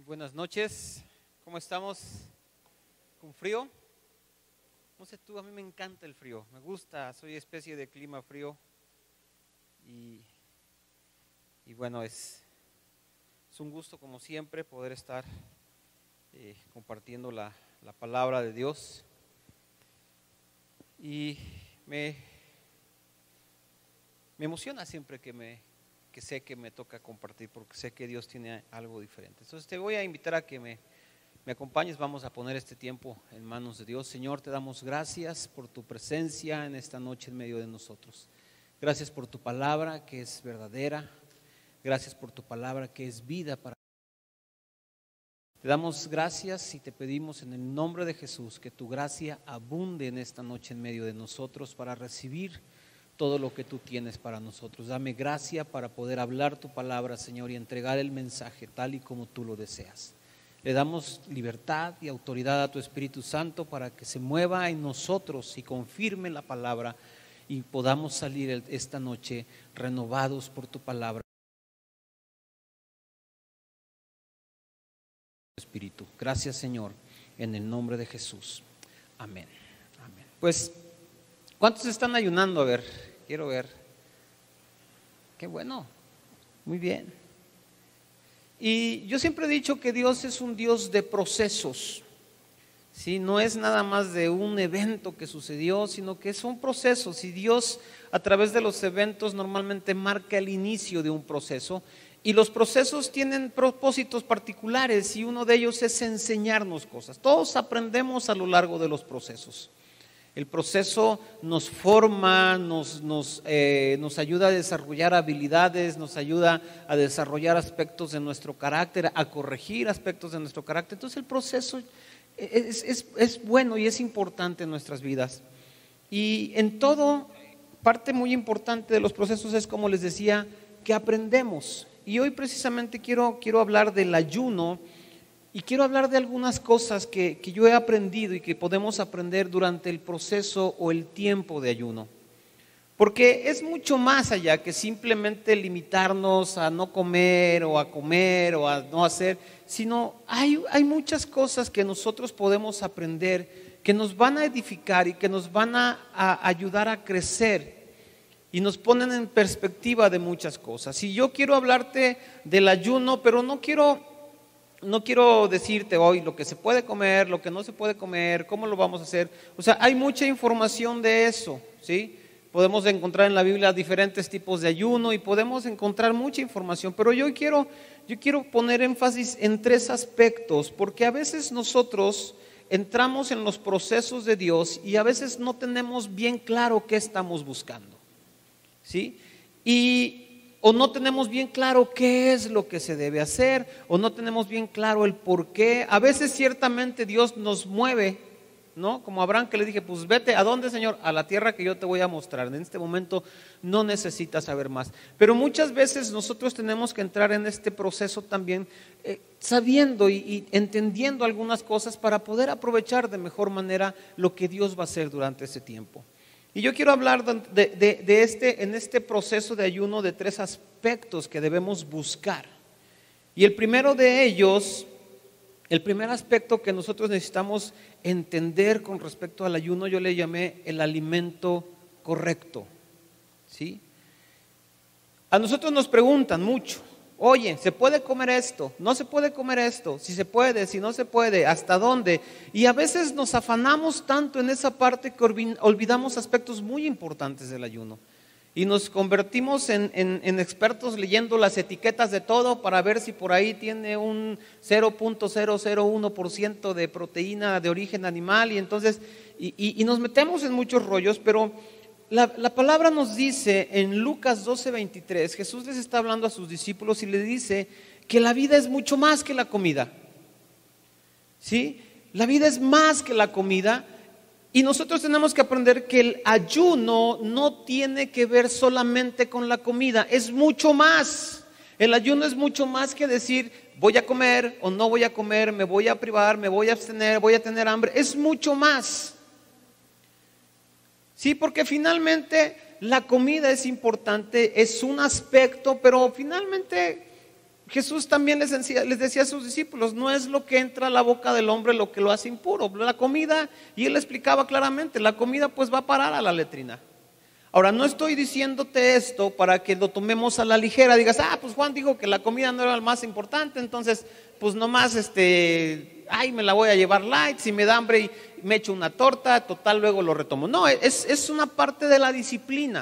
Buenas noches, ¿cómo estamos? ¿Con frío? No sé tú, a mí me encanta el frío, me gusta, soy especie de clima frío y, bueno, es un gusto como siempre poder estar compartiendo la palabra de Dios y me emociona siempre que sé que me toca compartir, porque sé que Dios tiene algo diferente. Entonces te voy a invitar a que me acompañes. Vamos a poner este tiempo en manos de Dios. Señor, te damos gracias por tu presencia en esta noche en medio de nosotros. Gracias por tu palabra que es verdadera. Gracias por tu palabra que es vida para nosotros. Te damos gracias y te pedimos en el nombre de Jesús que tu gracia abunde en esta noche en medio de nosotros para recibir todo lo que tú tienes para nosotros. Dame gracia para poder hablar tu palabra, Señor, y entregar el mensaje tal y como tú lo deseas. Le damos libertad y autoridad a tu Espíritu Santo para que se mueva en nosotros y confirme la palabra y podamos salir esta noche renovados por tu palabra. Espíritu. Gracias, Señor, en el nombre de Jesús. Amén. Amén. Pues, ¿cuántos están ayunando? A ver, quiero ver. Qué bueno. Muy bien. Y yo siempre he dicho que Dios es un Dios de procesos. ¿Sí? No es nada más de un evento que sucedió, sino que son procesos. Y Dios, a través de los eventos, normalmente marca el inicio de un proceso. Y los procesos tienen propósitos particulares y uno de ellos es enseñarnos cosas. Todos aprendemos a lo largo de los procesos. El proceso nos forma, nos ayuda a desarrollar habilidades, nos ayuda a desarrollar aspectos de nuestro carácter, a corregir aspectos de nuestro carácter. Entonces el proceso es bueno y es importante en nuestras vidas. Y en todo, parte muy importante de los procesos es, como les decía, que aprendemos. Y hoy precisamente quiero hablar del ayuno y quiero hablar de algunas cosas que yo he aprendido y que podemos aprender durante el proceso o el tiempo de ayuno. Porque es mucho más allá que simplemente limitarnos a no comer o a no hacer, sino hay muchas cosas que nosotros podemos aprender que nos van a edificar y que nos van a ayudar a crecer. Y nos ponen en perspectiva de muchas cosas. Y yo quiero hablarte del ayuno, pero no quiero decirte hoy lo que se puede comer, lo que no se puede comer, cómo lo vamos a hacer. O sea, hay mucha información de eso, ¿sí? Podemos encontrar en la Biblia diferentes tipos de ayuno y podemos encontrar mucha información. Pero yo quiero poner énfasis en tres aspectos, porque a veces nosotros entramos en los procesos de Dios y a veces no tenemos bien claro qué estamos buscando. ¿Sí? O no tenemos bien claro qué es lo que se debe hacer, o no tenemos bien claro el por qué. A veces ciertamente Dios nos mueve, ¿no? Como Abraham, que le dije, pues vete, ¿a dónde, Señor? A la tierra que yo te voy a mostrar. En este momento no necesitas saber más. Pero muchas veces nosotros tenemos que entrar en este proceso también sabiendo y entendiendo algunas cosas para poder aprovechar de mejor manera lo que Dios va a hacer durante ese tiempo. Y yo quiero hablar en este proceso de ayuno de tres aspectos que debemos buscar. Y el primero de ellos, el primer aspecto que nosotros necesitamos entender con respecto al ayuno, yo le llamé el alimento correcto. ¿Sí? A nosotros nos preguntan mucho, oye, ¿se puede comer esto? ¿No se puede comer esto? Si se puede, si no se puede, ¿hasta dónde? Y a veces nos afanamos tanto en esa parte que olvidamos aspectos muy importantes del ayuno. Y nos convertimos en expertos leyendo las etiquetas de todo para ver si por ahí tiene un 0.001% de proteína de origen animal. Y entonces, y nos metemos en muchos rollos, pero la palabra nos dice en Lucas 12:23, Jesús les está hablando a sus discípulos y les dice que la vida es mucho más que la comida. ¿Sí? La vida es más que la comida y nosotros tenemos que aprender que el ayuno no tiene que ver solamente con la comida, es mucho más. El ayuno es mucho más que decir voy a comer o no voy a comer, me voy a privar, me voy a abstener, voy a tener hambre, es mucho más. Sí, porque finalmente la comida es importante, es un aspecto, pero finalmente Jesús también les decía a sus discípulos, no es lo que entra a la boca del hombre lo que lo hace impuro, la comida, y él explicaba claramente, la comida pues va a parar a la letrina. Ahora, no estoy diciéndote esto para que lo tomemos a la ligera, digas, pues Juan dijo que la comida no era lo más importante, entonces pues nomás me la voy a llevar light, si me da hambre y me echo una torta, total luego lo retomo. No, es una parte de la disciplina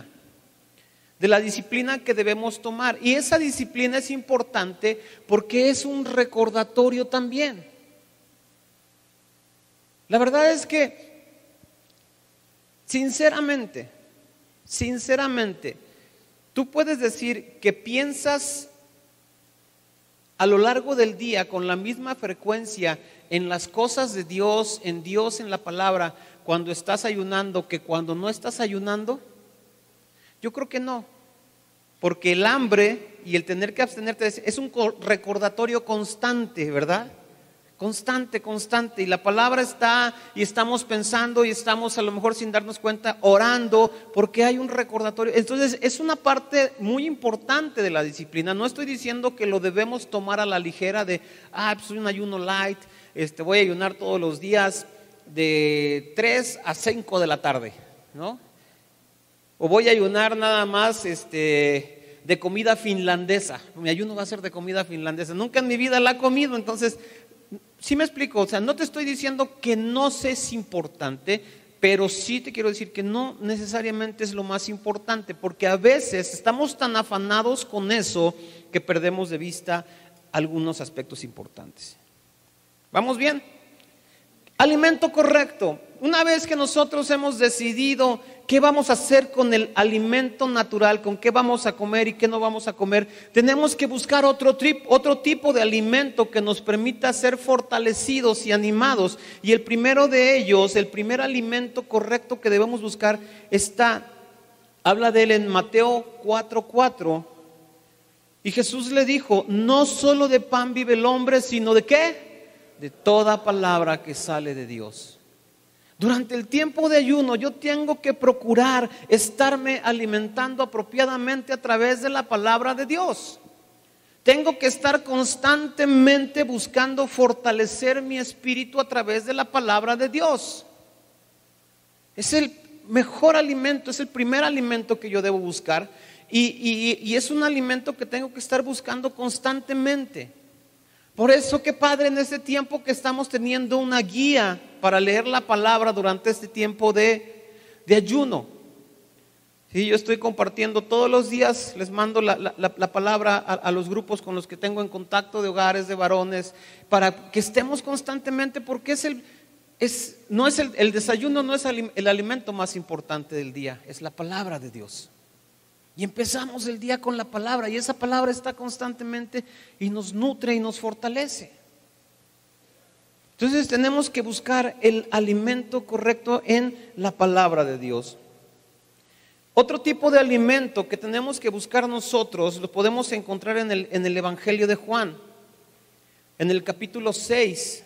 que debemos tomar, y esa disciplina es importante porque es un recordatorio también. La verdad es que sinceramente, tú puedes decir que piensas a lo largo del día con la misma frecuencia en las cosas de Dios, en la palabra, cuando estás ayunando que cuando no estás ayunando. Yo creo que no, porque el hambre y el tener que abstenerte es un recordatorio constante, ¿verdad? Constante, y la palabra está, y estamos pensando, y estamos a lo mejor sin darnos cuenta orando, porque hay un recordatorio. Entonces es una parte muy importante de la disciplina. No estoy diciendo que lo debemos tomar a la ligera de, pues un ayuno light, voy a ayunar todos los días de 3 a 5 de la tarde, ¿no? O voy a ayunar nada más de comida finlandesa. Mi ayuno va a ser de comida finlandesa. Nunca en mi vida la he comido, entonces, ¿sí me explico? O sea, no te estoy diciendo que no es importante, pero sí te quiero decir que no necesariamente es lo más importante, porque a veces estamos tan afanados con eso que perdemos de vista algunos aspectos importantes. ¿Vamos bien? Alimento correcto. Una vez que nosotros hemos decidido qué vamos a hacer con el alimento natural, con qué vamos a comer y qué no vamos a comer, tenemos que buscar otro tipo de alimento que nos permita ser fortalecidos y animados. Y el primero de ellos, el primer alimento correcto que debemos buscar habla de él en Mateo 4:4. Y Jesús le dijo, no solo de pan vive el hombre, sino ¿de qué? De toda palabra que sale de Dios. Durante el tiempo de ayuno yo tengo que procurar estarme alimentando apropiadamente a través de la palabra de Dios. Tengo que estar constantemente buscando fortalecer mi espíritu a través de la palabra de Dios. Es el mejor alimento, es el primer alimento que yo debo buscar, y es un alimento que tengo que estar buscando constantemente. Por eso, qué padre en este tiempo que estamos teniendo una guía para leer la palabra durante este tiempo de ayuno. Sí, yo estoy compartiendo todos los días, les mando la palabra a los grupos con los que tengo en contacto, de hogares, de varones, para que estemos constantemente, porque el desayuno no es el alimento más importante del día, es la palabra de Dios. Y empezamos el día con la palabra, y esa palabra está constantemente y nos nutre y nos fortalece. Entonces tenemos que buscar el alimento correcto en la palabra de Dios. Otro tipo de alimento que tenemos que buscar nosotros lo podemos encontrar en el Evangelio de Juan, en el capítulo 6.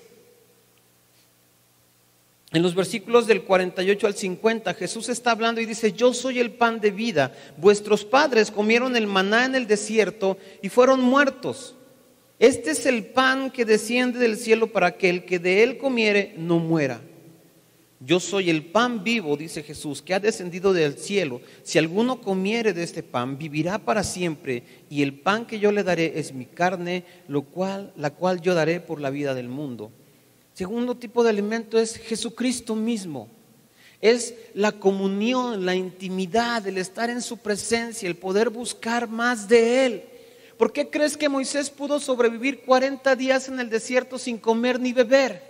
En los versículos del 48 al 50, Jesús está hablando y dice, yo soy el pan de vida. Vuestros padres comieron el maná en el desierto y fueron muertos. Este es el pan que desciende del cielo para que el que de él comiere no muera. Yo soy el pan vivo, dice Jesús, que ha descendido del cielo. Si alguno comiere de este pan, vivirá para siempre. Y el pan que yo le daré es mi carne, la cual yo daré por la vida del mundo. Segundo tipo de alimento es Jesucristo mismo. Es la comunión, la intimidad, el estar en su presencia, el poder buscar más de Él. ¿Por qué crees que Moisés pudo sobrevivir 40 días en el desierto sin comer ni beber?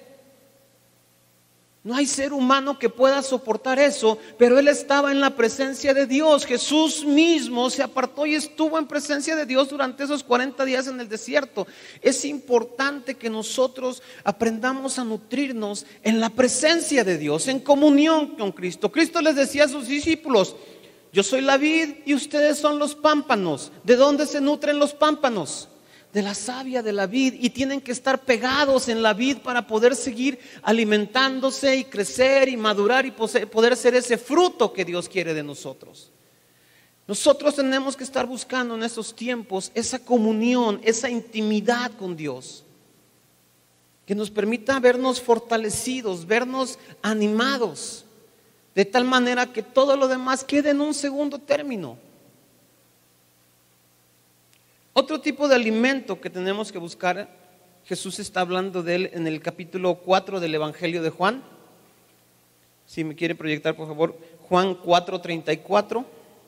No hay ser humano que pueda soportar eso, pero él estaba en la presencia de Dios. Jesús mismo se apartó y estuvo en presencia de Dios durante esos 40 días en el desierto. Es importante que nosotros aprendamos a nutrirnos en la presencia de Dios, en comunión con Cristo. Cristo les decía a sus discípulos, yo soy la vid y ustedes son los pámpanos. ¿De dónde se nutren los pámpanos? De la savia de la vid, y tienen que estar pegados en la vid para poder seguir alimentándose y crecer y madurar y poder ser ese fruto que Dios quiere de nosotros. Nosotros tenemos que estar buscando en estos tiempos esa comunión, esa intimidad con Dios, que nos permita vernos fortalecidos, vernos animados, de tal manera que todo lo demás quede en un segundo término. Otro tipo de alimento que tenemos que buscar, Jesús está hablando de él en el capítulo 4 del Evangelio de Juan. Si me quiere proyectar, por favor, Juan 4:34.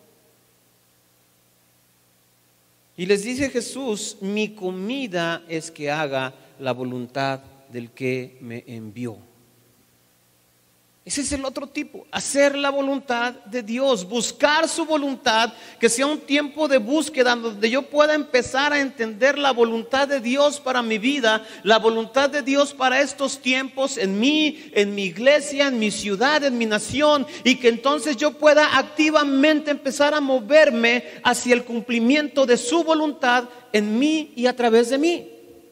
Y les dice Jesús: mi comida es que haga la voluntad del que me envió. Ese es el otro tipo, hacer la voluntad de Dios, buscar su voluntad, que sea un tiempo de búsqueda donde yo pueda empezar a entender la voluntad de Dios para mi vida, la voluntad de Dios para estos tiempos en mí, en mi iglesia, en mi ciudad, en mi nación, y que entonces yo pueda activamente empezar a moverme hacia el cumplimiento de su voluntad en mí y a través de mí.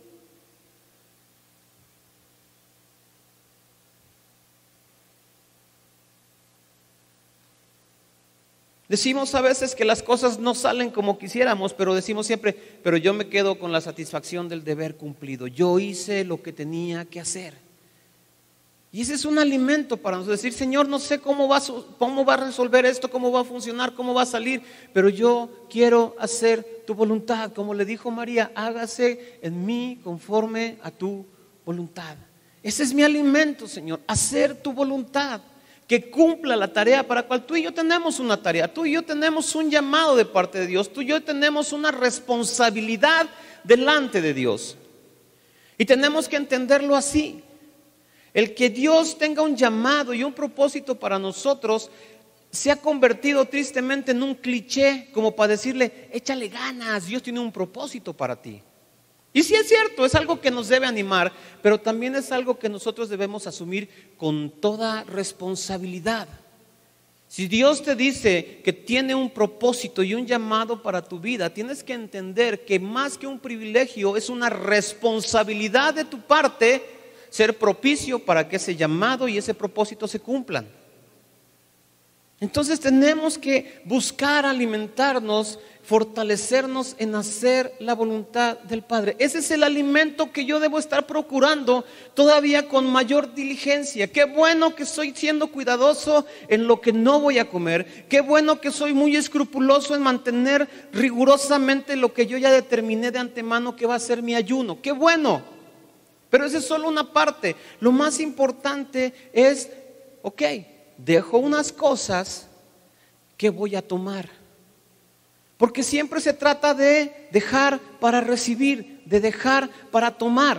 Decimos a veces que las cosas no salen como quisiéramos, pero decimos siempre: pero yo me quedo con la satisfacción del deber cumplido. Yo hice lo que tenía que hacer. Y ese es un alimento para nosotros, decir: Señor, no sé cómo va a resolver esto, cómo va a funcionar, cómo va a salir, pero yo quiero hacer tu voluntad. Como le dijo María: hágase en mí conforme a tu voluntad. Ese es mi alimento, Señor, hacer tu voluntad. Que cumpla la tarea para la cual tú y yo tenemos una tarea, tú y yo tenemos un llamado de parte de Dios, tú y yo tenemos una responsabilidad delante de Dios. Y tenemos que entenderlo así. El que Dios tenga un llamado y un propósito para nosotros se ha convertido tristemente en un cliché, como para decirle: échale ganas, Dios tiene un propósito para ti. Y sí es cierto, es algo que nos debe animar, pero también es algo que nosotros debemos asumir con toda responsabilidad. Si Dios te dice que tiene un propósito y un llamado para tu vida, tienes que entender que más que un privilegio, es una responsabilidad de tu parte ser propicio para que ese llamado y ese propósito se cumplan. Entonces tenemos que buscar alimentarnos, fortalecernos en hacer la voluntad del Padre. Ese es el alimento que yo debo estar procurando todavía con mayor diligencia. Qué bueno que estoy siendo cuidadoso en lo que no voy a comer. Qué bueno que soy muy escrupuloso en mantener rigurosamente lo que yo ya determiné de antemano que va a ser mi ayuno. Qué bueno. Pero esa es solo una parte. Lo más importante es, ok, dejo unas cosas que voy a tomar. Porque siempre se trata de dejar para recibir, de dejar para tomar.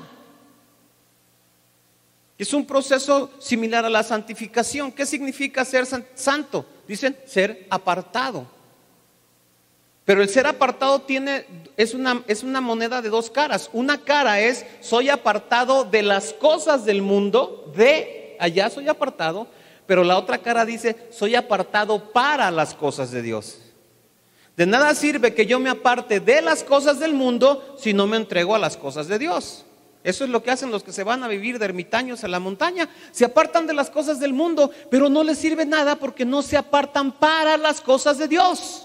Es un proceso similar a la santificación. ¿Qué significa ser santo? Dicen ser apartado. Pero el ser apartado es una moneda de dos caras. Una cara es: soy apartado de las cosas del mundo, de allá soy apartado. Pero la otra cara dice: soy apartado para las cosas de Dios. De nada sirve que yo me aparte de las cosas del mundo si no me entrego a las cosas de Dios. Eso es lo que hacen los que se van a vivir de ermitaños a la montaña. Se apartan de las cosas del mundo, pero no les sirve nada porque no se apartan para las cosas de Dios.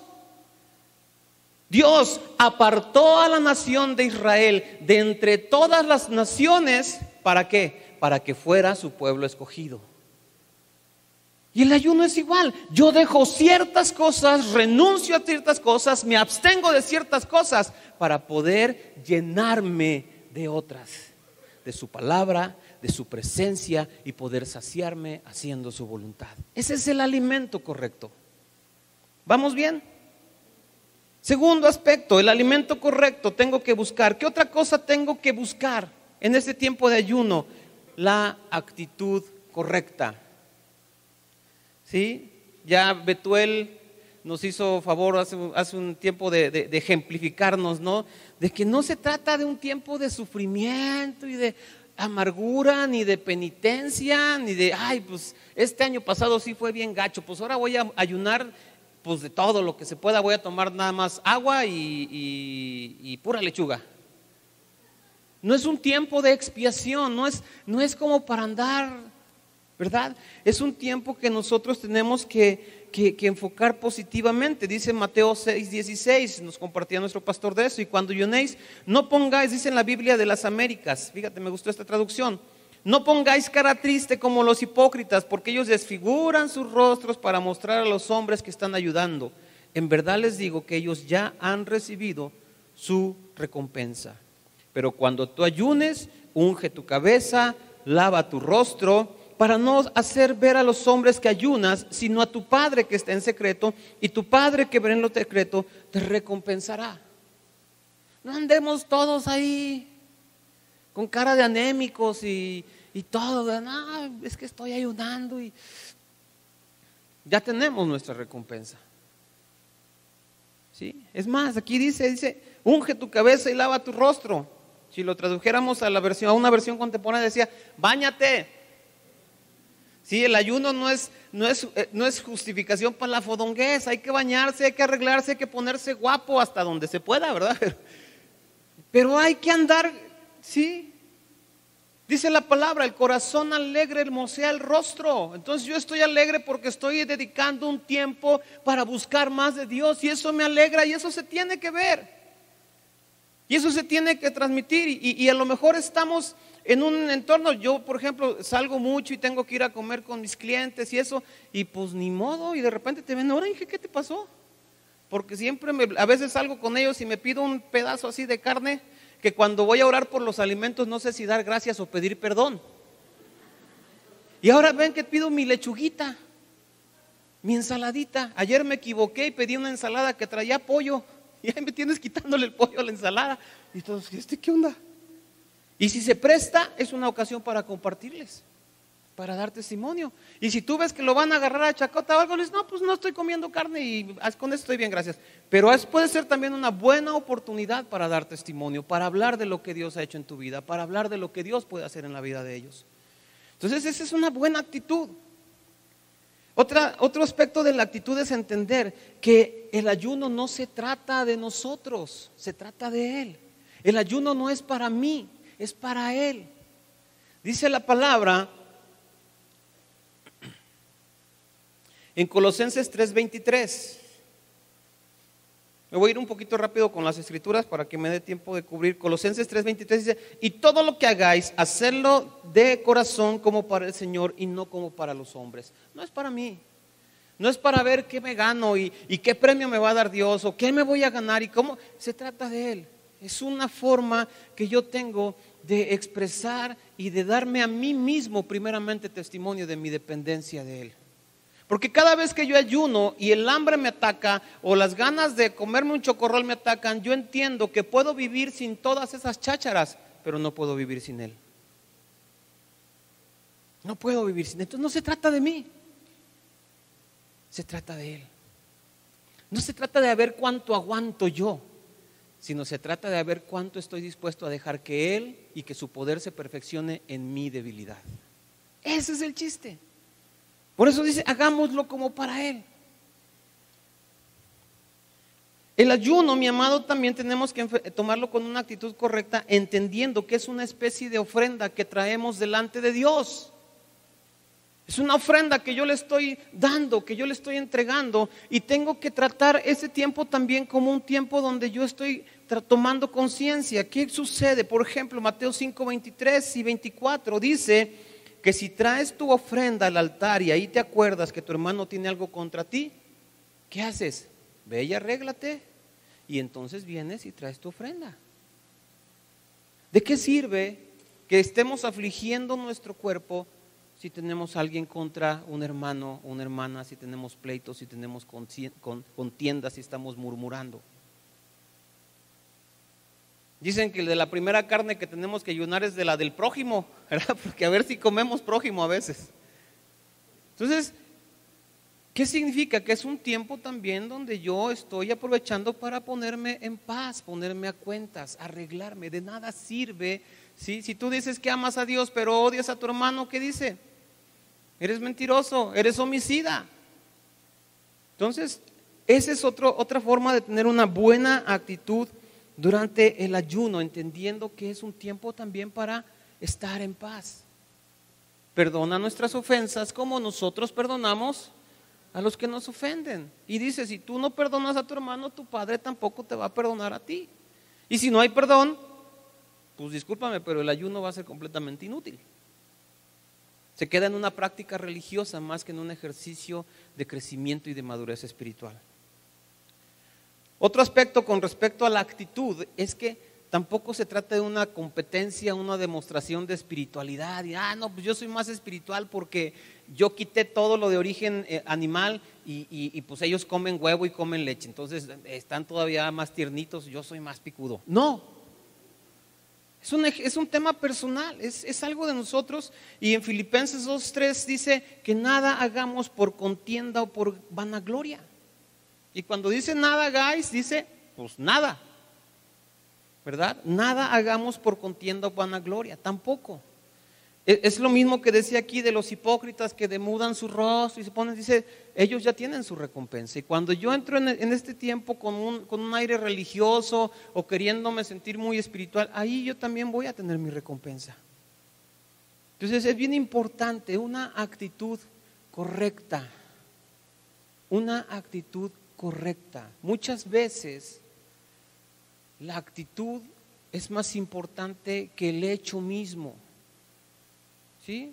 Dios apartó a la nación de Israel de entre todas las naciones. ¿Para qué? Para que fuera su pueblo escogido. Y el ayuno es igual. Yo dejo ciertas cosas, renuncio a ciertas cosas, me abstengo de ciertas cosas para poder llenarme de otras, de su palabra, de su presencia, y poder saciarme haciendo su voluntad. Ese es el alimento correcto. ¿Vamos bien? Segundo aspecto, el alimento correcto tengo que buscar. ¿Qué otra cosa tengo que buscar en este tiempo de ayuno? La actitud correcta. ¿Sí? Ya Betuel nos hizo favor hace un tiempo de ejemplificarnos, ¿no? De que no se trata de un tiempo de sufrimiento y de amargura, ni de penitencia, ni de: ay, pues este año pasado sí fue bien gacho, pues ahora voy a ayunar pues de todo lo que se pueda, voy a tomar nada más agua y pura lechuga. No es un tiempo de expiación, no es como para andar ¿verdad? Es un tiempo que nosotros tenemos que enfocar positivamente. Dice Mateo 6:16, nos compartía nuestro pastor de eso. Y cuando ayunéis, no pongáis, dice en la Biblia de las Américas, fíjate, me gustó esta traducción, no pongáis cara triste como los hipócritas, porque ellos desfiguran sus rostros para mostrar a los hombres que están ayudando. En verdad les digo que ellos ya han recibido su recompensa. Pero cuando tú ayunes, unge tu cabeza, lava tu rostro, para no hacer ver a los hombres que ayunas, sino a tu Padre que está en secreto, y tu Padre que ve en lo secreto te recompensará. No andemos todos ahí con cara de anémicos y todo, no, es que estoy ayunando y ya tenemos nuestra recompensa. ¿Sí? Es más, aquí dice, unge tu cabeza y lava tu rostro. Si lo tradujéramos a una versión contemporánea decía, báñate. Sí, el ayuno no es justificación para la fodonguez, hay que bañarse, hay que arreglarse, hay que ponerse guapo hasta donde se pueda, ¿verdad? Pero hay que andar, sí. Dice la palabra, el corazón alegre hermosea el rostro. Entonces yo estoy alegre porque estoy dedicando un tiempo para buscar más de Dios, y eso me alegra, y eso se tiene que ver. Y eso se tiene que transmitir, y a lo mejor estamos en un entorno, yo por ejemplo salgo mucho y tengo que ir a comer con mis clientes y eso, y pues ni modo, y de repente te ven, ahora dije, ¿qué te pasó? Porque siempre a veces salgo con ellos y me pido un pedazo así de carne, que cuando voy a orar por los alimentos no sé si dar gracias o pedir perdón. Y ahora ven que pido mi lechuguita, mi ensaladita. Ayer me equivoqué y pedí una ensalada que traía pollo, y ahí me tienes quitándole el pollo a la ensalada. Y todos, ¿qué onda? Y si se presta, es una ocasión para compartirles, para dar testimonio. Y si tú ves que lo van a agarrar a chacota o algo, les no, pues no estoy comiendo carne y con esto estoy bien, gracias. Pero puede ser también una buena oportunidad para dar testimonio, para hablar de lo que Dios ha hecho en tu vida, para hablar de lo que Dios puede hacer en la vida de ellos. Entonces esa es una buena actitud. Otro aspecto de la actitud es entender que el ayuno no se trata de nosotros, se trata de Él. El ayuno no es para mí, es para Él. Dice la palabra en Colosenses 3:23. Me voy a ir un poquito rápido con las escrituras para que me dé tiempo de cubrir. Colosenses 3:23 dice, y todo lo que hagáis, hacedlo de corazón como para el Señor y no como para los hombres. No es para mí, no es para ver qué me gano y qué premio me va a dar Dios o qué me voy a ganar y cómo. Se trata de Él. Es una forma que yo tengo de expresar y de darme a mí mismo primeramente testimonio de mi dependencia de Él. Porque cada vez que yo ayuno y el hambre me ataca o las ganas de comerme un chocorrol me atacan, yo entiendo que puedo vivir sin todas esas chácharas, pero no puedo vivir sin Él. No puedo vivir sin Él. Entonces no se trata de mí, se trata de Él. No se trata de ver cuánto aguanto yo, sino se trata de ver cuánto estoy dispuesto a dejar que Él y que su poder se perfeccione en mi debilidad. Ese es el chiste. Por eso dice, hagámoslo como para Él. El ayuno, mi amado, también tenemos que tomarlo con una actitud correcta, entendiendo que es una especie de ofrenda que traemos delante de Dios. Es una ofrenda que yo le estoy dando, que yo le estoy entregando, y tengo que tratar ese tiempo también como un tiempo donde yo estoy tomando conciencia. ¿Qué sucede? Por ejemplo, Mateo 5:23 y 24 dice que si traes tu ofrenda al altar y ahí te acuerdas que tu hermano tiene algo contra ti, ¿qué haces? Ve y arréglate, y entonces vienes y traes tu ofrenda. ¿De qué sirve que estemos afligiendo nuestro cuerpo si tenemos a alguien contra un hermano o una hermana, si tenemos pleitos, si tenemos contiendas, si estamos murmurando? Dicen que de la primera carne que tenemos que ayunar es de la del prójimo, ¿verdad? Porque a ver si comemos prójimo a veces. Entonces, ¿qué significa? Que es un tiempo también donde yo estoy aprovechando para ponerme en paz, ponerme a cuentas, arreglarme. De nada sirve, ¿sí? Si tú dices que amas a Dios pero odias a tu hermano, ¿qué dice? Eres mentiroso, eres homicida. Entonces, esa es otra forma de tener una buena actitud durante el ayuno, entendiendo que es un tiempo también para estar en paz, perdona nuestras ofensas como nosotros perdonamos a los que nos ofenden. Y dice, si tú no perdonas a tu hermano, tu Padre tampoco te va a perdonar a ti. Y si no hay perdón, pues discúlpame, pero el ayuno va a ser completamente inútil. Se queda en una práctica religiosa más que en un ejercicio de crecimiento y de madurez espiritual. Otro aspecto con respecto a la actitud es que tampoco se trata de una competencia, una demostración de espiritualidad. Y, no, pues yo soy más espiritual porque yo quité todo lo de origen animal y pues ellos comen huevo y comen leche. Entonces están todavía más tiernitos, yo soy más picudo. No, es un tema personal, es algo de nosotros. Y en Filipenses 2:3 dice que nada hagamos por contienda o por vanagloria. Y cuando dice nada hagáis, dice pues nada, ¿verdad? Nada hagamos por contienda o vanagloria, tampoco. Es lo mismo que decía aquí de los hipócritas que demudan su rostro y se ponen, dice, ellos ya tienen su recompensa. Y cuando yo entro en este tiempo con un aire religioso o queriéndome sentir muy espiritual, ahí yo también voy a tener mi recompensa. Entonces es bien importante una actitud correcta, una actitud correcta. Muchas veces la actitud es más importante que el hecho mismo. ¿Sí?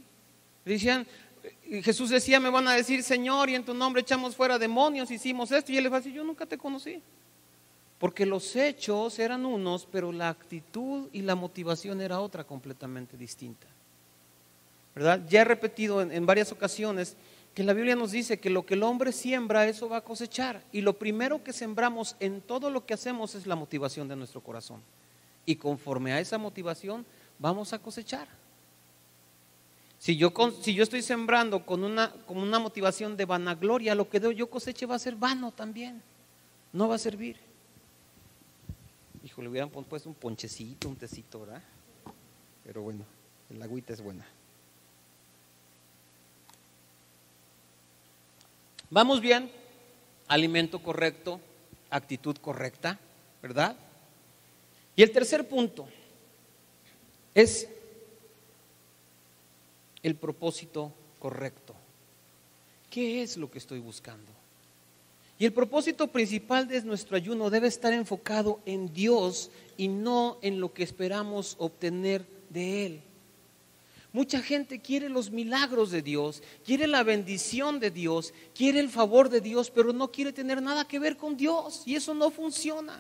Jesús decía, me van a decir Señor y en tu nombre echamos fuera demonios, hicimos esto, y él les va a decir, yo nunca te conocí. Porque los hechos eran unos, pero la actitud y la motivación era otra completamente distinta, ¿verdad? Ya he repetido en varias ocasiones que la Biblia nos dice que lo que el hombre siembra, eso va a cosechar. Y lo primero que sembramos en todo lo que hacemos es la motivación de nuestro corazón. Y conforme a esa motivación vamos a cosechar. Si yo estoy sembrando con una motivación de vanagloria, lo que yo coseche va a ser vano también, no va a servir. Híjole, hubieran puesto un ponchecito, un tecito, ¿verdad? Pero bueno, el agüita es buena. Vamos bien, alimento correcto, actitud correcta, ¿verdad? Y el tercer punto es el propósito correcto. ¿Qué es lo que estoy buscando? Y el propósito principal de nuestro ayuno debe estar enfocado en Dios y no en lo que esperamos obtener de Él. Mucha gente quiere los milagros de Dios, quiere la bendición de Dios, quiere el favor de Dios, pero no quiere tener nada que ver con Dios, y eso no funciona.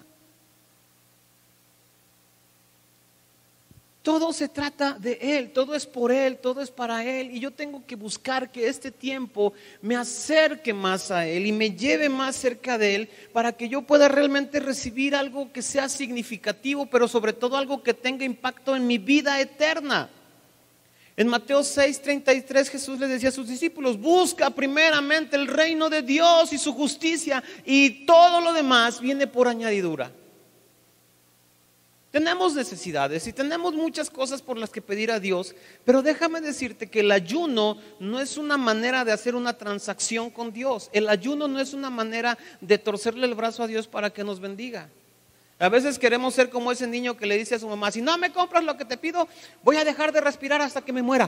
Todo se trata de Él, todo es por Él, todo es para Él, y yo tengo que buscar que este tiempo me acerque más a Él y me lleve más cerca de Él para que yo pueda realmente recibir algo que sea significativo, pero sobre todo algo que tenga impacto en mi vida eterna. En Mateo 6:33 Jesús les decía a sus discípulos, busca primeramente el reino de Dios y su justicia y todo lo demás viene por añadidura. Tenemos necesidades y tenemos muchas cosas por las que pedir a Dios, pero déjame decirte que el ayuno no es una manera de hacer una transacción con Dios. El ayuno no es una manera de torcerle el brazo a Dios para que nos bendiga. A veces queremos ser como ese niño que le dice a su mamá, si no me compras lo que te pido, voy a dejar de respirar hasta que me muera.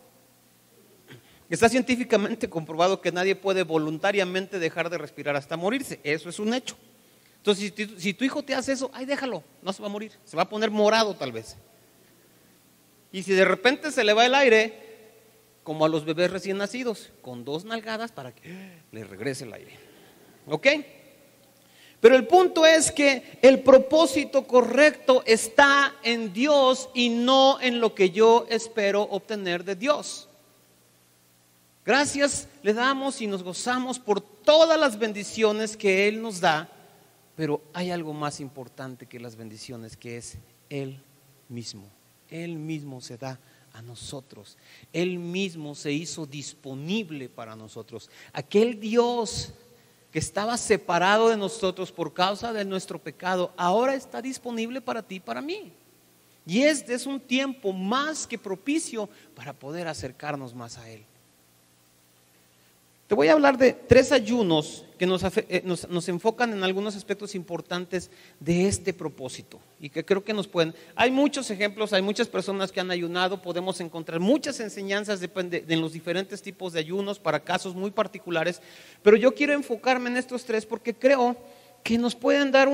Está científicamente comprobado que nadie puede voluntariamente dejar de respirar hasta morirse. Eso es un hecho. Entonces, si tu hijo te hace eso, ay, déjalo, no se va a morir, se va a poner morado tal vez. Y si de repente se le va el aire, como a los bebés recién nacidos, con 2 nalgadas para que le regrese el aire. ¿Ok? Pero el punto es que el propósito correcto está en Dios y no en lo que yo espero obtener de Dios. Gracias le damos y nos gozamos por todas las bendiciones que Él nos da. Pero hay algo más importante que las bendiciones, que es Él mismo. Él mismo se da a nosotros. Él mismo se hizo disponible para nosotros. Aquel Dios que estaba separado de nosotros por causa de nuestro pecado, ahora está disponible para ti y para mí. Y este es un tiempo más que propicio para poder acercarnos más a Él. Te voy a hablar de 3 ayunos que nos enfocan en algunos aspectos importantes de este propósito y que creo que nos pueden. Hay muchos ejemplos, hay muchas personas que han ayunado, podemos encontrar muchas enseñanzas en los diferentes tipos de ayunos para casos muy particulares, pero yo quiero enfocarme en estos 3 porque creo que nos pueden dar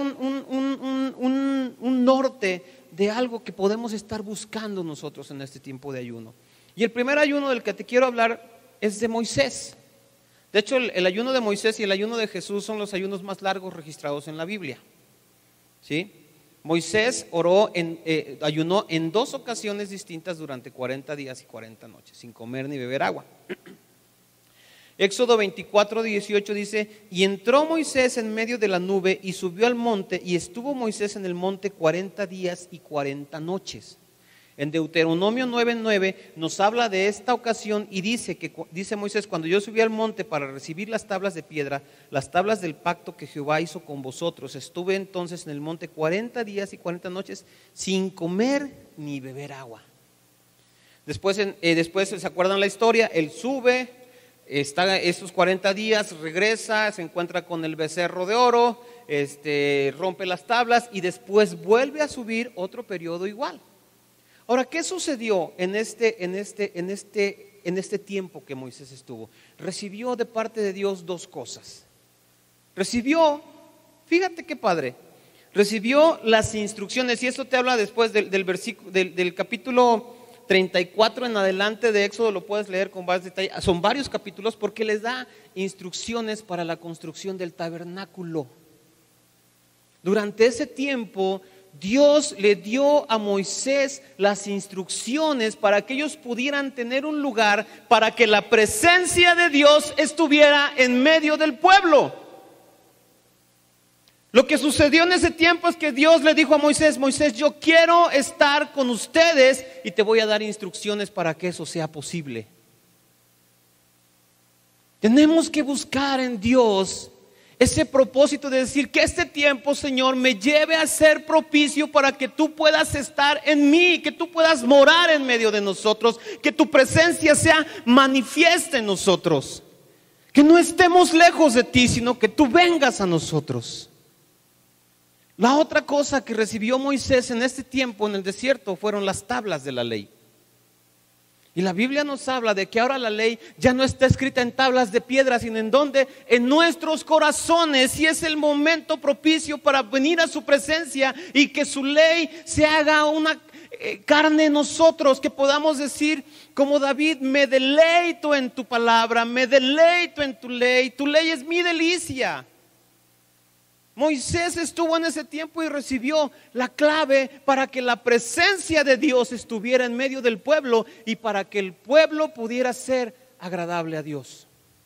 un norte de algo que podemos estar buscando nosotros en este tiempo de ayuno. Y el primer ayuno del que te quiero hablar es de Moisés. De hecho, el ayuno de Moisés y el ayuno de Jesús son los ayunos más largos registrados en la Biblia. ¿Sí? Moisés ayunó en 2 ocasiones distintas durante 40 días y 40 noches, sin comer ni beber agua. Éxodo 24:18 dice: y entró Moisés en medio de la nube y subió al monte, y estuvo Moisés en el monte 40 días y 40 noches. En Deuteronomio 9:9 nos habla de esta ocasión y dice Moisés: cuando yo subí al monte para recibir las tablas de piedra, las tablas del pacto que Jehová hizo con vosotros, estuve entonces en el monte 40 días y 40 noches sin comer ni beber agua. Después ¿se acuerdan la historia? Él sube, está esos 40 días, regresa, se encuentra con el becerro de oro, rompe las tablas y después vuelve a subir otro periodo igual. Ahora, ¿qué sucedió en este tiempo que Moisés estuvo? Recibió de parte de Dios 2 cosas. Fíjate qué padre, recibió las instrucciones, y esto te habla después del capítulo 34 en adelante de Éxodo, lo puedes leer con más detalle. Son varios capítulos porque les da instrucciones para la construcción del tabernáculo. Durante ese tiempo Dios le dio a Moisés las instrucciones para que ellos pudieran tener un lugar para que la presencia de Dios estuviera en medio del pueblo. Lo que sucedió en ese tiempo es que Dios le dijo a Moisés: Moisés, yo quiero estar con ustedes y te voy a dar instrucciones para que eso sea posible. Tenemos que buscar en Dios ese propósito de decir que este tiempo, Señor, me lleve a ser propicio para que tú puedas estar en mí, que tú puedas morar en medio de nosotros, que tu presencia sea manifiesta en nosotros, que no estemos lejos de ti, sino que tú vengas a nosotros. La otra cosa que recibió Moisés en este tiempo en el desierto fueron las tablas de la ley. Y la Biblia nos habla de que ahora la ley ya no está escrita en tablas de piedra, sino en donde, en nuestros corazones, y es el momento propicio para venir a su presencia y que su ley se haga una carne en nosotros, que podamos decir como David: me deleito en tu palabra, me deleito en tu ley es mi delicia. Moisés estuvo en ese tiempo y recibió la clave para que la presencia de Dios estuviera en medio del pueblo y para que el pueblo pudiera ser agradable a Dios.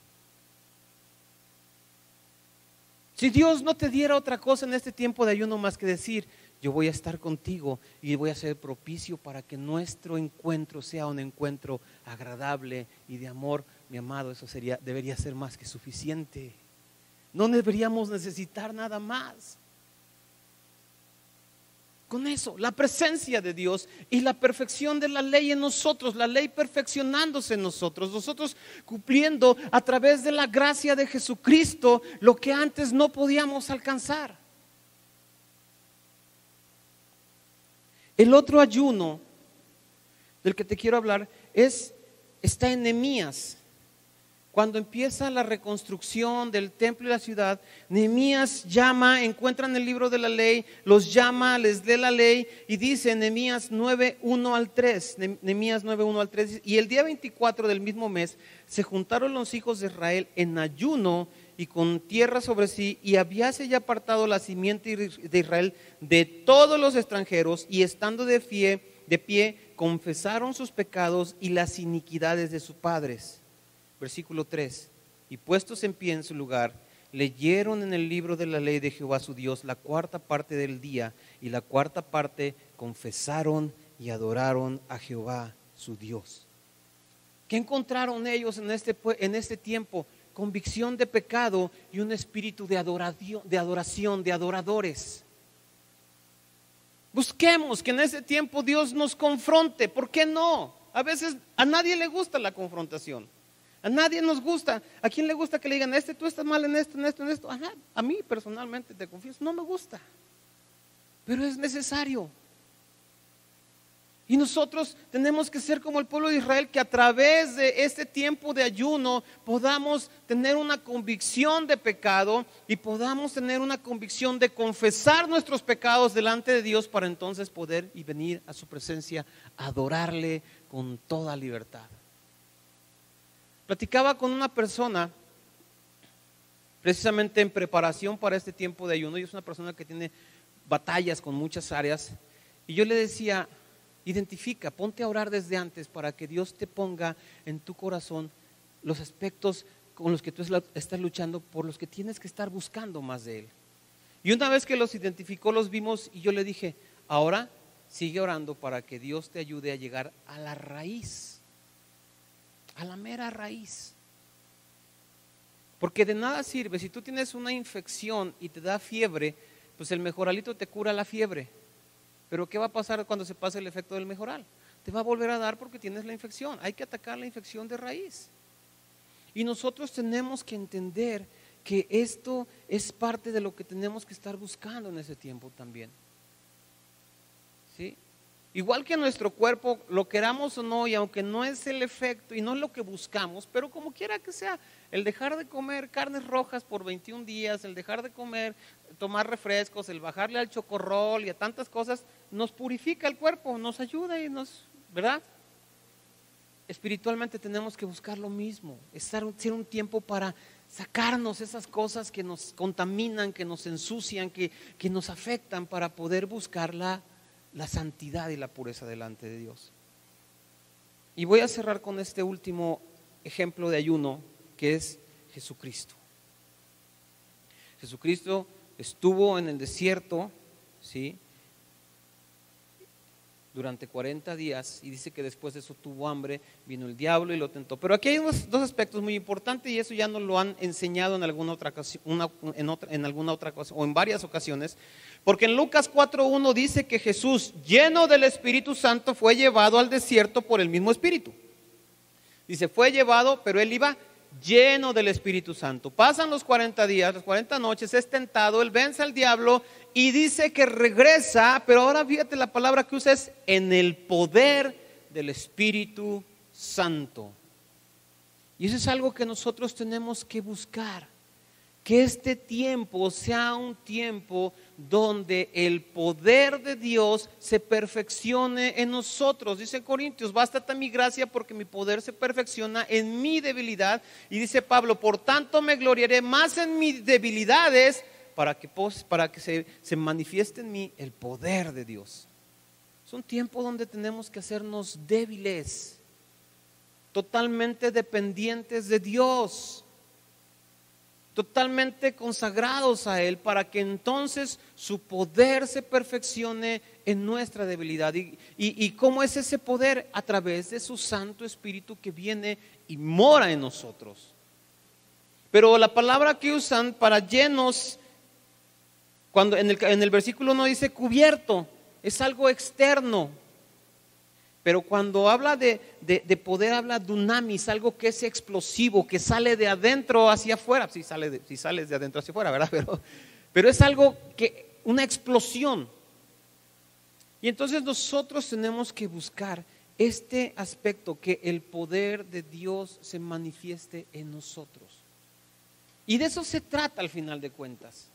Si Dios no te diera otra cosa en este tiempo de ayuno más que decir: yo voy a estar contigo y voy a ser propicio para que nuestro encuentro sea un encuentro agradable y de amor, mi amado, eso debería ser más que suficiente. No deberíamos necesitar nada más. Con eso, la presencia de Dios y la perfección de la ley en nosotros, la ley perfeccionándose en nosotros cumpliendo a través de la gracia de Jesucristo lo que antes no podíamos alcanzar. El otro ayuno del que te quiero hablar está en Nehemías. Cuando empieza la reconstrucción del templo y la ciudad, Nehemías encuentran el libro de la ley, los llama, les lee la ley y dice Nehemías 9:1 al 3, Nehemías 9:1 al 3, y el día 24 del mismo mes se juntaron los hijos de Israel en ayuno y con tierra sobre sí, y habíase ya apartado la simiente de Israel de todos los extranjeros, y estando de pie confesaron sus pecados y las iniquidades de sus padres. Versículo 3: y puestos en pie en su lugar, leyeron en el libro de la ley de Jehová su Dios la 4ª parte del día, y la 4ª parte confesaron y adoraron a Jehová su Dios. ¿Qué encontraron ellos en este tiempo? Convicción de pecado y un espíritu de adoración, de adoradores. Busquemos que en ese tiempo Dios nos confronte. ¿Por qué no? A veces a nadie le gusta la confrontación. A nadie nos gusta. ¿A quién le gusta que le digan, tú estás mal en esto, en esto, en esto? Ajá, a mí personalmente, te confieso, no me gusta. Pero es necesario. Y nosotros tenemos que ser como el pueblo de Israel, que a través de este tiempo de ayuno podamos tener una convicción de pecado y podamos tener una convicción de confesar nuestros pecados delante de Dios, para entonces poder y venir a su presencia a adorarle con toda libertad. Platicaba con una persona precisamente en preparación para este tiempo de ayuno, y es una persona que tiene batallas con muchas áreas, y yo le decía, identifica, ponte a orar desde antes para que Dios te ponga en tu corazón los aspectos con los que tú estás luchando, por los que tienes que estar buscando más de Él. Y una vez que los identificó, los vimos, y yo le dije, ahora sigue orando para que Dios te ayude a llegar a la raíz, a la mera raíz. Porque de nada sirve, si tú tienes una infección y te da fiebre, pues el mejoralito te cura la fiebre. Pero ¿qué va a pasar cuando se pase el efecto del mejoral? Te va a volver a dar porque tienes la infección. Hay que atacar la infección de raíz. Y nosotros tenemos que entender que esto es parte de lo que tenemos que estar buscando en ese tiempo también. ¿Sí? Igual que nuestro cuerpo, lo queramos o no, y aunque no es el efecto y no es lo que buscamos, pero como quiera que sea, el dejar de comer carnes rojas por 21 días, el dejar de tomar refrescos, el bajarle al chocorrol y a tantas cosas, nos purifica el cuerpo, nos ayuda y ¿verdad? Espiritualmente tenemos que buscar lo mismo, ser un tiempo para sacarnos esas cosas que nos contaminan, que nos ensucian, que nos afectan, para poder buscar la santidad y la pureza delante de Dios. Y voy a cerrar con este último ejemplo de ayuno, que es Jesucristo. Jesucristo estuvo en el desierto, ¿sí?, durante 40 días, y dice que después de eso tuvo hambre, vino el diablo y lo tentó. Pero aquí hay dos aspectos muy importantes, y eso ya nos lo han enseñado en alguna otra ocasión, o en varias ocasiones, porque en Lucas 4:1 dice que Jesús, lleno del Espíritu Santo, fue llevado al desierto por el mismo Espíritu. Dice, fue llevado, pero él iba lleno del Espíritu Santo. Pasan los 40 días, las 40 noches, es tentado, él vence al diablo y dice que regresa, pero ahora fíjate la palabra que usa es en el poder del Espíritu Santo. Y eso es algo que nosotros tenemos que buscar, que este tiempo sea un tiempo donde el poder de Dios se perfeccione en nosotros. Dice en Corintios, bástate mi gracia porque mi poder se perfecciona en mi debilidad. Y dice Pablo, por tanto me gloriaré más en mis debilidades para que se manifieste en mí el poder de Dios. Es un tiempo donde tenemos que hacernos débiles, totalmente dependientes de Dios, totalmente consagrados a Él, para que entonces su poder se perfeccione en nuestra debilidad. ¿Y cómo es ese poder? A través de su Santo Espíritu que viene y mora en nosotros. Pero la palabra que usan para llenos, cuando en el versículo 1 dice cubierto, es algo externo. Pero cuando habla de poder, habla dunamis, algo que es explosivo, que sale de adentro hacia afuera. Si sales de adentro hacia afuera, ¿verdad? Pero es algo una explosión. Y entonces nosotros tenemos que buscar este aspecto, que el poder de Dios se manifieste en nosotros. Y de eso se trata al final de cuentas.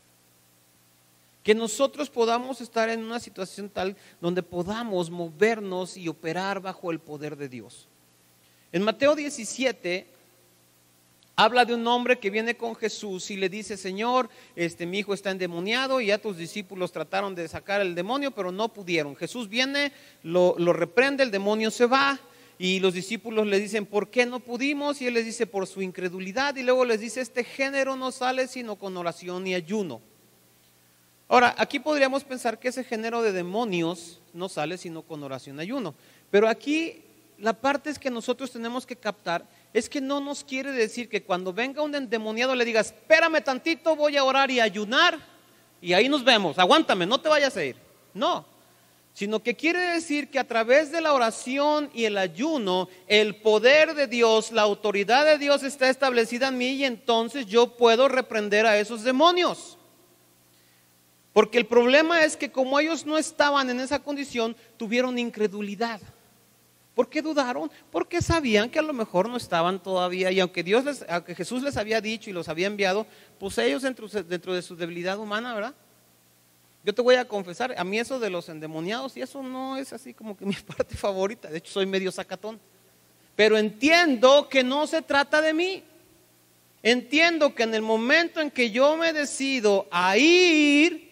Que nosotros podamos estar en una situación tal donde podamos movernos y operar bajo el poder de Dios. En Mateo 17 habla de un hombre que viene con Jesús y le dice, Señor, mi hijo está endemoniado y ya tus discípulos trataron de sacar el demonio, pero no pudieron. Jesús viene, lo reprende, el demonio se va. Y los discípulos le dicen, ¿por qué no pudimos? Y él les dice, por su incredulidad. Y luego les dice, este género no sale sino con oración y ayuno. Ahora, aquí podríamos pensar que ese género de demonios no sale sino con oración y ayuno. Pero aquí la parte es que nosotros tenemos que captar, es que no nos quiere decir que cuando venga un endemoniado le digas, espérame tantito, voy a orar y ayunar y ahí nos vemos, aguántame, no te vayas a ir. No, sino que quiere decir que a través de la oración y el ayuno, el poder de Dios, la autoridad de Dios está establecida en mí, y entonces yo puedo reprender a esos demonios. Porque el problema es que como ellos no estaban en esa condición, tuvieron incredulidad. ¿Por qué dudaron? Porque sabían que a lo mejor no estaban todavía, y aunque Jesús les había dicho y los había enviado, pues ellos dentro de su debilidad humana, ¿verdad? Yo te voy a confesar, a mí eso de los endemoniados y eso no es así como que mi parte favorita. De hecho soy medio sacatón, pero entiendo que no se trata de mí. Entiendo que en el momento en que yo me decido a ir,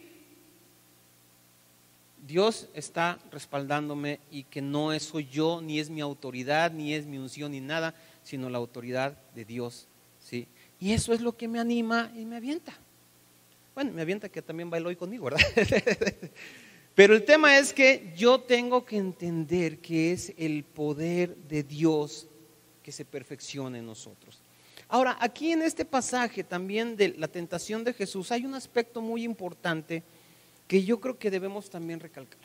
Dios está respaldándome, y que no soy yo, ni es mi autoridad, ni es mi unción, ni nada, sino la autoridad de Dios, ¿sí? Y eso es lo que me anima y me avienta. Bueno, me avienta que también bailó hoy conmigo, ¿verdad? Pero el tema es que yo tengo que entender que es el poder de Dios que se perfecciona en nosotros. Ahora, aquí en este pasaje también de la tentación de Jesús hay un aspecto muy importante que yo creo que debemos también recalcar.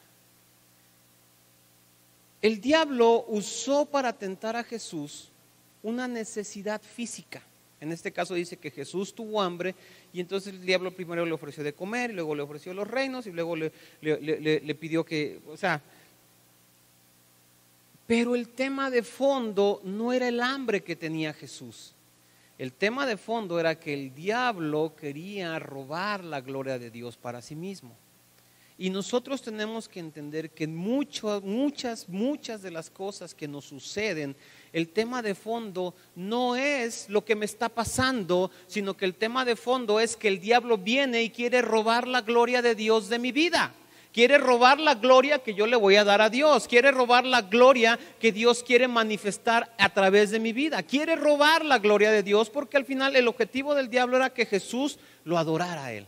El diablo usó para tentar a Jesús una necesidad física. En este caso dice que Jesús tuvo hambre, y entonces el diablo primero le ofreció de comer, y luego le ofreció los reinos, y luego le pidió que, pero el tema de fondo no era el hambre que tenía Jesús. El tema de fondo era que el diablo quería robar la gloria de Dios para sí mismo. Y nosotros tenemos que entender que muchas de las cosas que nos suceden, el tema de fondo no es lo que me está pasando, sino que el tema de fondo es que el diablo viene y quiere robar la gloria de Dios de mi vida. Quiere robar la gloria que yo le voy a dar a Dios. Quiere robar la gloria que Dios quiere manifestar a través de mi vida. Quiere robar la gloria de Dios, porque al final el objetivo del diablo era que Jesús lo adorara a él.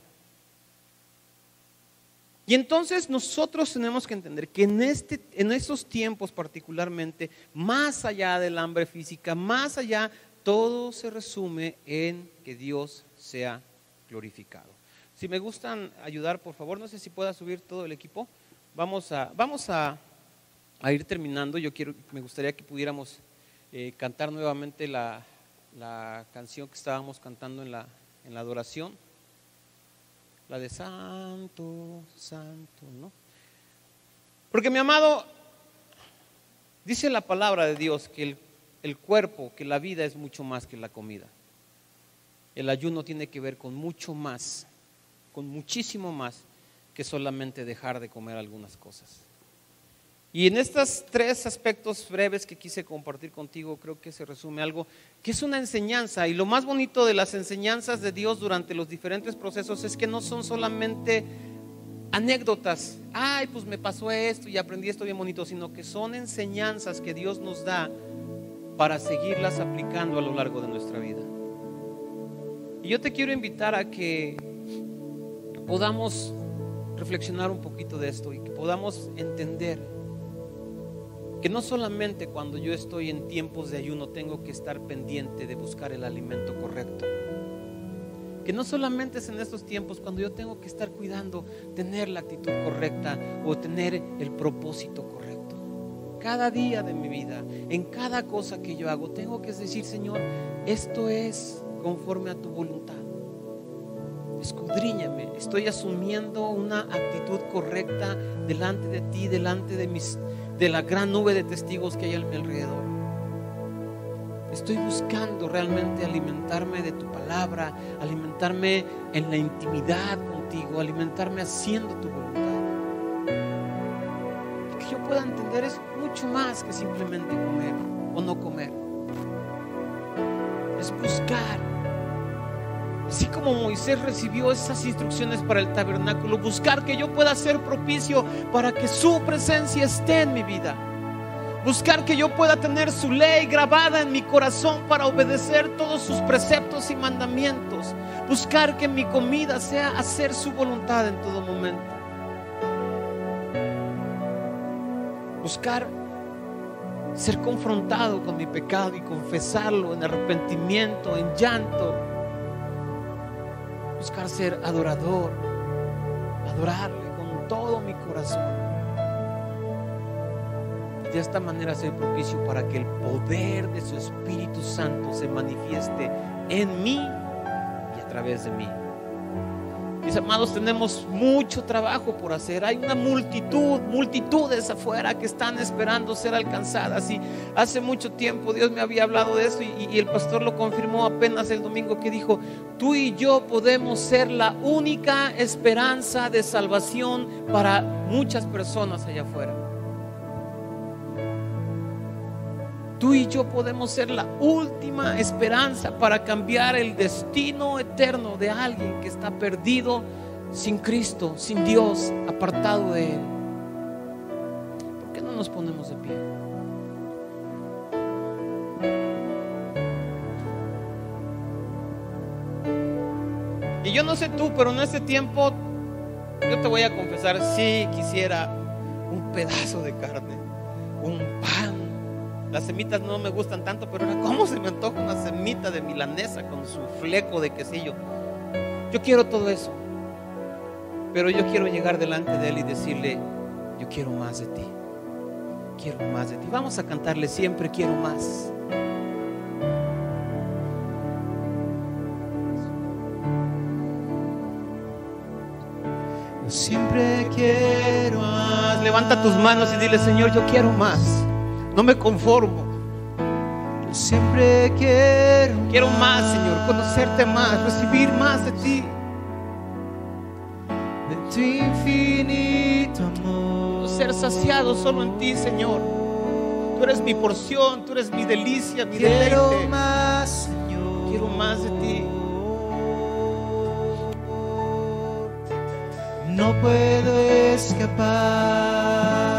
Y entonces nosotros tenemos que entender que en estos tiempos particularmente, más allá del hambre física, más allá, todo se resume en que Dios sea glorificado. Si me gustan ayudar, por favor, no sé si pueda subir todo el equipo. Vamos a ir terminando. Me gustaría que pudiéramos cantar nuevamente la canción que estábamos cantando en la adoración. La de Santo, Santo, ¿no? Porque, mi amado, dice la palabra de Dios que el cuerpo, que la vida es mucho más que la comida. El ayuno tiene que ver con mucho más, con muchísimo más que solamente dejar de comer algunas cosas. Y en estos 3 aspectos breves que quise compartir contigo, creo que se resume algo que es una enseñanza. Y lo más bonito de las enseñanzas de Dios durante los diferentes procesos es que no son solamente anécdotas. Ay, pues me pasó esto y aprendí esto bien bonito, sino que son enseñanzas que Dios nos da para seguirlas aplicando a lo largo de nuestra vida. Y yo te quiero invitar a que podamos reflexionar un poquito de esto y que podamos entender que no solamente cuando yo estoy en tiempos de ayuno tengo que estar pendiente de buscar el alimento correcto. Que no solamente es en estos tiempos cuando yo tengo que estar cuidando tener la actitud correcta o tener el propósito correcto. Cada día de mi vida, en cada cosa que yo hago, tengo que decir: Señor, esto es conforme a tu voluntad. Escudriñame, estoy asumiendo una actitud correcta delante de ti, delante de la gran nube de testigos que hay a mi alrededor. Estoy buscando realmente alimentarme de tu palabra, alimentarme en la intimidad contigo, alimentarme haciendo tu voluntad. Que yo pueda entender es mucho más que simplemente comer o no comer. Es buscar. Así como Moisés recibió esas instrucciones para el tabernáculo, buscar que yo pueda ser propicio para que su presencia esté en mi vida. Buscar que yo pueda tener su ley grabada en mi corazón para obedecer todos sus preceptos y mandamientos. Buscar que mi comida sea hacer su voluntad en todo momento. Buscar ser confrontado con mi pecado y confesarlo en arrepentimiento, en llanto. Buscar ser adorador, adorarle con todo mi corazón. de esta manera ser propicio para que el poder de su Espíritu Santo se manifieste en mí y a través de mí. Mis amados, tenemos mucho trabajo por hacer. Hay una multitudes afuera que están esperando ser alcanzadas. Y hace mucho tiempo Dios me había hablado de eso y el pastor lo confirmó apenas el domingo, que dijo: tú y yo podemos ser la única esperanza de salvación para muchas personas allá afuera. Tú y yo podemos ser la última esperanza para cambiar el destino eterno de alguien que está perdido, sin Cristo, sin Dios, apartado de Él. ¿Por qué no nos ponemos de pie? Y yo no sé tú, pero en este tiempo yo te voy a confesar, sí quisiera un pedazo de carne, un pan. Las semitas no me gustan tanto, pero ahora cómo se me antoja una semita de milanesa con su fleco de quesillo. Yo quiero todo eso, pero yo quiero llegar delante de Él y decirle: yo quiero más de ti, quiero más de ti. Vamos a cantarle siempre quiero más. Yo siempre quiero más. Levanta tus manos y dile: Señor, yo quiero más. No me conformo. Yo siempre quiero más, Señor, conocerte más, recibir más de ti, de tu infinito amor. Ser saciado solo en ti, Señor. Tú eres mi porción, tú eres mi delicia, mi quiero deleite. Más, Señor. Quiero más de ti. No puedo escapar.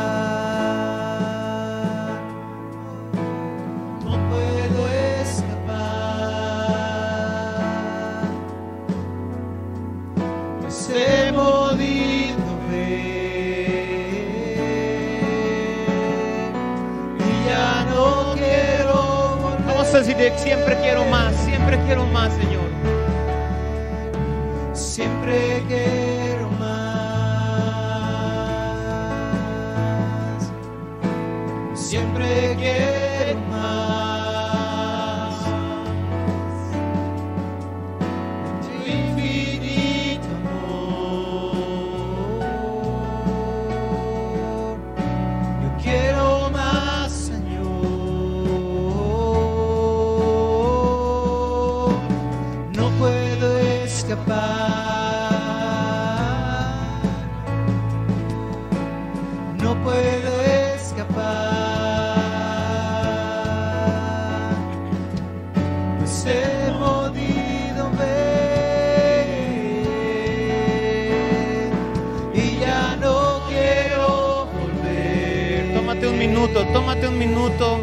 He podido ver y ya no quiero volver. Vamos a decir: siempre quiero más, Señor. Siempre quiero más. Siempre quiero más. No puedo escapar, pues he podido ver y ya no quiero volver. Tómate un minuto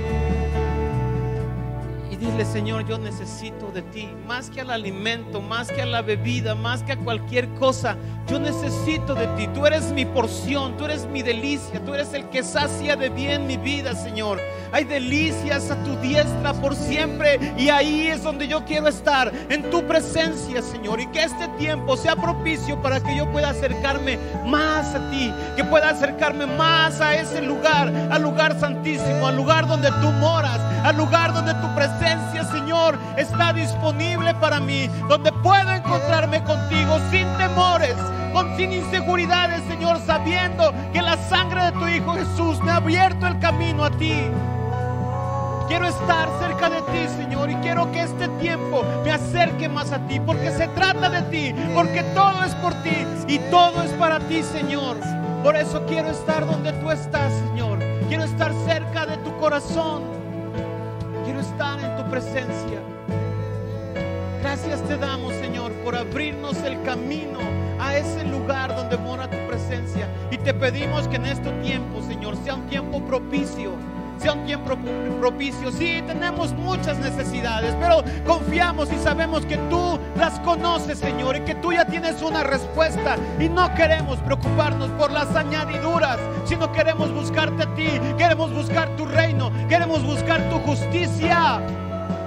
y dile: Señor, yo necesito de ti, más que al alimento, más que a la bebida, más que a cualquier cosa. Yo necesito de ti. Tú eres mi porción, tú eres mi delicia, tú eres el que sacia de bien mi vida, Señor. Hay delicias a tu diestra por siempre, y ahí es donde yo quiero estar, en tu presencia, Señor. Y que este tiempo sea propicio para que yo pueda acercarme más a ti, que pueda acercarme más a ese lugar, al lugar santísimo, al lugar donde tú moras, al lugar donde tu presencia, Señor, está disponible para mí, donde puedo encontrarme contigo sin temores, sin inseguridades, Señor, sabiendo que la sangre de tu Hijo Jesús me ha abierto el camino a ti. Quiero estar cerca de ti, Señor, y quiero que este tiempo me acerque más a ti, porque se trata de ti, porque todo es por ti y todo es para ti, Señor. Por eso quiero estar donde tú estás, Señor. Quiero estar cerca de tu corazón. Quiero estar en tu presencia. Gracias te damos, Señor, por abrirnos el camino a ese lugar donde mora tu presencia. Y te pedimos que en este tiempo, Señor, sea un tiempo propicio. Sea un tiempo propicio. Sí, tenemos muchas necesidades, pero confiamos y sabemos que tú las conoces, Señor, y que tú ya tienes una respuesta. Y no queremos preocuparnos por las añadiduras, sino queremos buscarte a ti. Queremos buscar tu reino, queremos buscar tu justicia.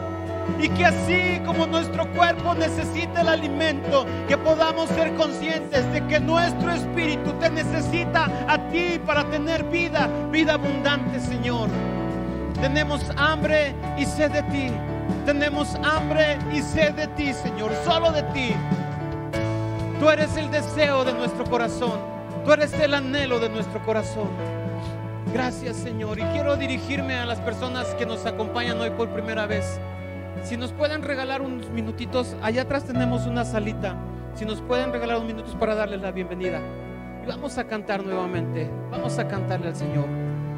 Y que así como nuestro cuerpo necesita el alimento, que podamos ser conscientes de que nuestro espíritu te necesita a ti para tener vida, vida abundante, Señor. Tenemos hambre y sed de ti. Tenemos hambre y sed de ti, Señor, solo de ti. Tú eres el deseo de nuestro corazón. Tú eres el anhelo de nuestro corazón. Gracias, Señor. Y quiero dirigirme a las personas que nos acompañan hoy por primera vez. Si nos pueden regalar unos minutitos, allá atrás tenemos una salita. Si nos pueden regalar unos minutos para darles la bienvenida. Y vamos a cantar nuevamente. Vamos a cantarle al Señor.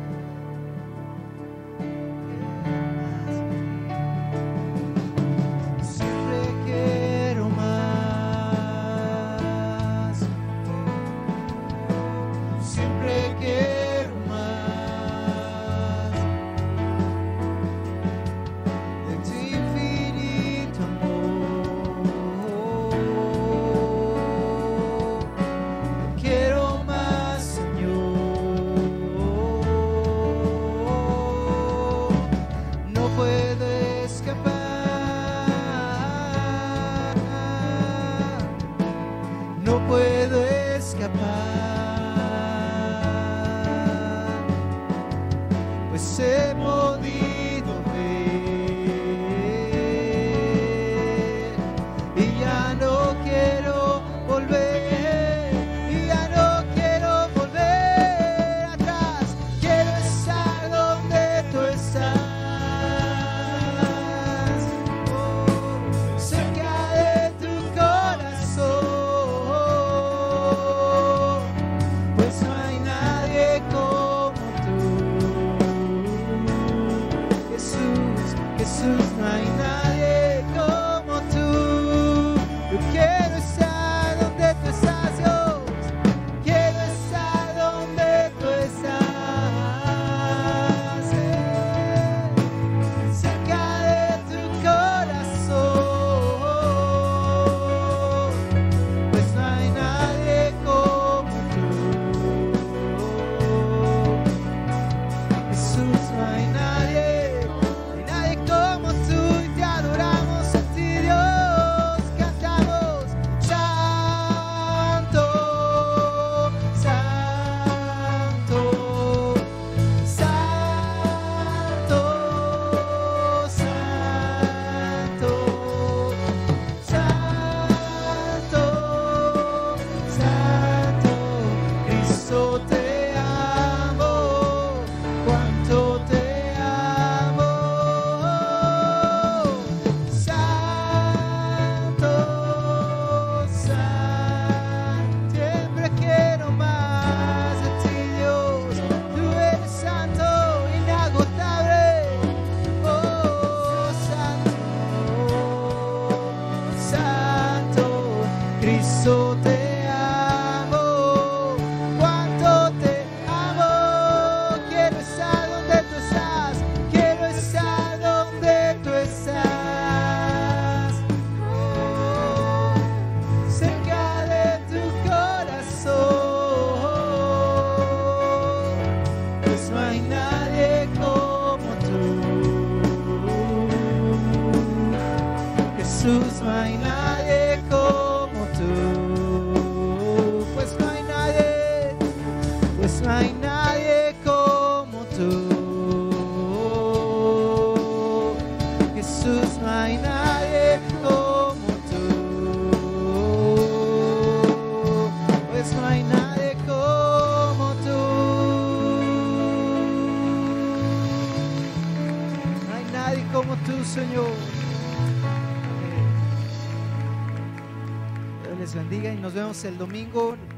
Siempre quiero más. Siempre quiero más de tu infinito amor. Quiero más, Señor. No puedo escapar. No puedo escapar, pues he podido ver y ya no quiero volver, y ya no quiero volver atrás. Quiero estar donde tú estás, cerca de tu corazón, pues no hay nadie como tú. Jesús, Jesús, no hay nadie como tú. Yo quiero estar donde tú estás, Dios. Quiero estar donde tú estás, cerca de tu corazón, pues no hay nadie como tú. Jesús, no hay nadie como tú, y te adoramos a ti, Dios. Cantamos: Santo, Santo, Santo, Santo, Santo, Santo. Cristo, te amo, cuánto te amo. Santo, Santo, siempre quiero más de ti, Dios. Tú eres santo, inagotable. Oh, Santo, Santo, Cristo, te amo, cuánto te amo. Quiero estar donde tú estás, quiero estar donde tú estás, cerca de tu corazón, pues no hay nadie como tú. Jesús, no hay nadie como tú, pues no hay nadie, pues no hay nadie como tú. Jesús, no hay nadie como tú, pues no hay nadie como tú. No hay nadie como tú, Señor. Dios les bendiga y nos vemos el domingo.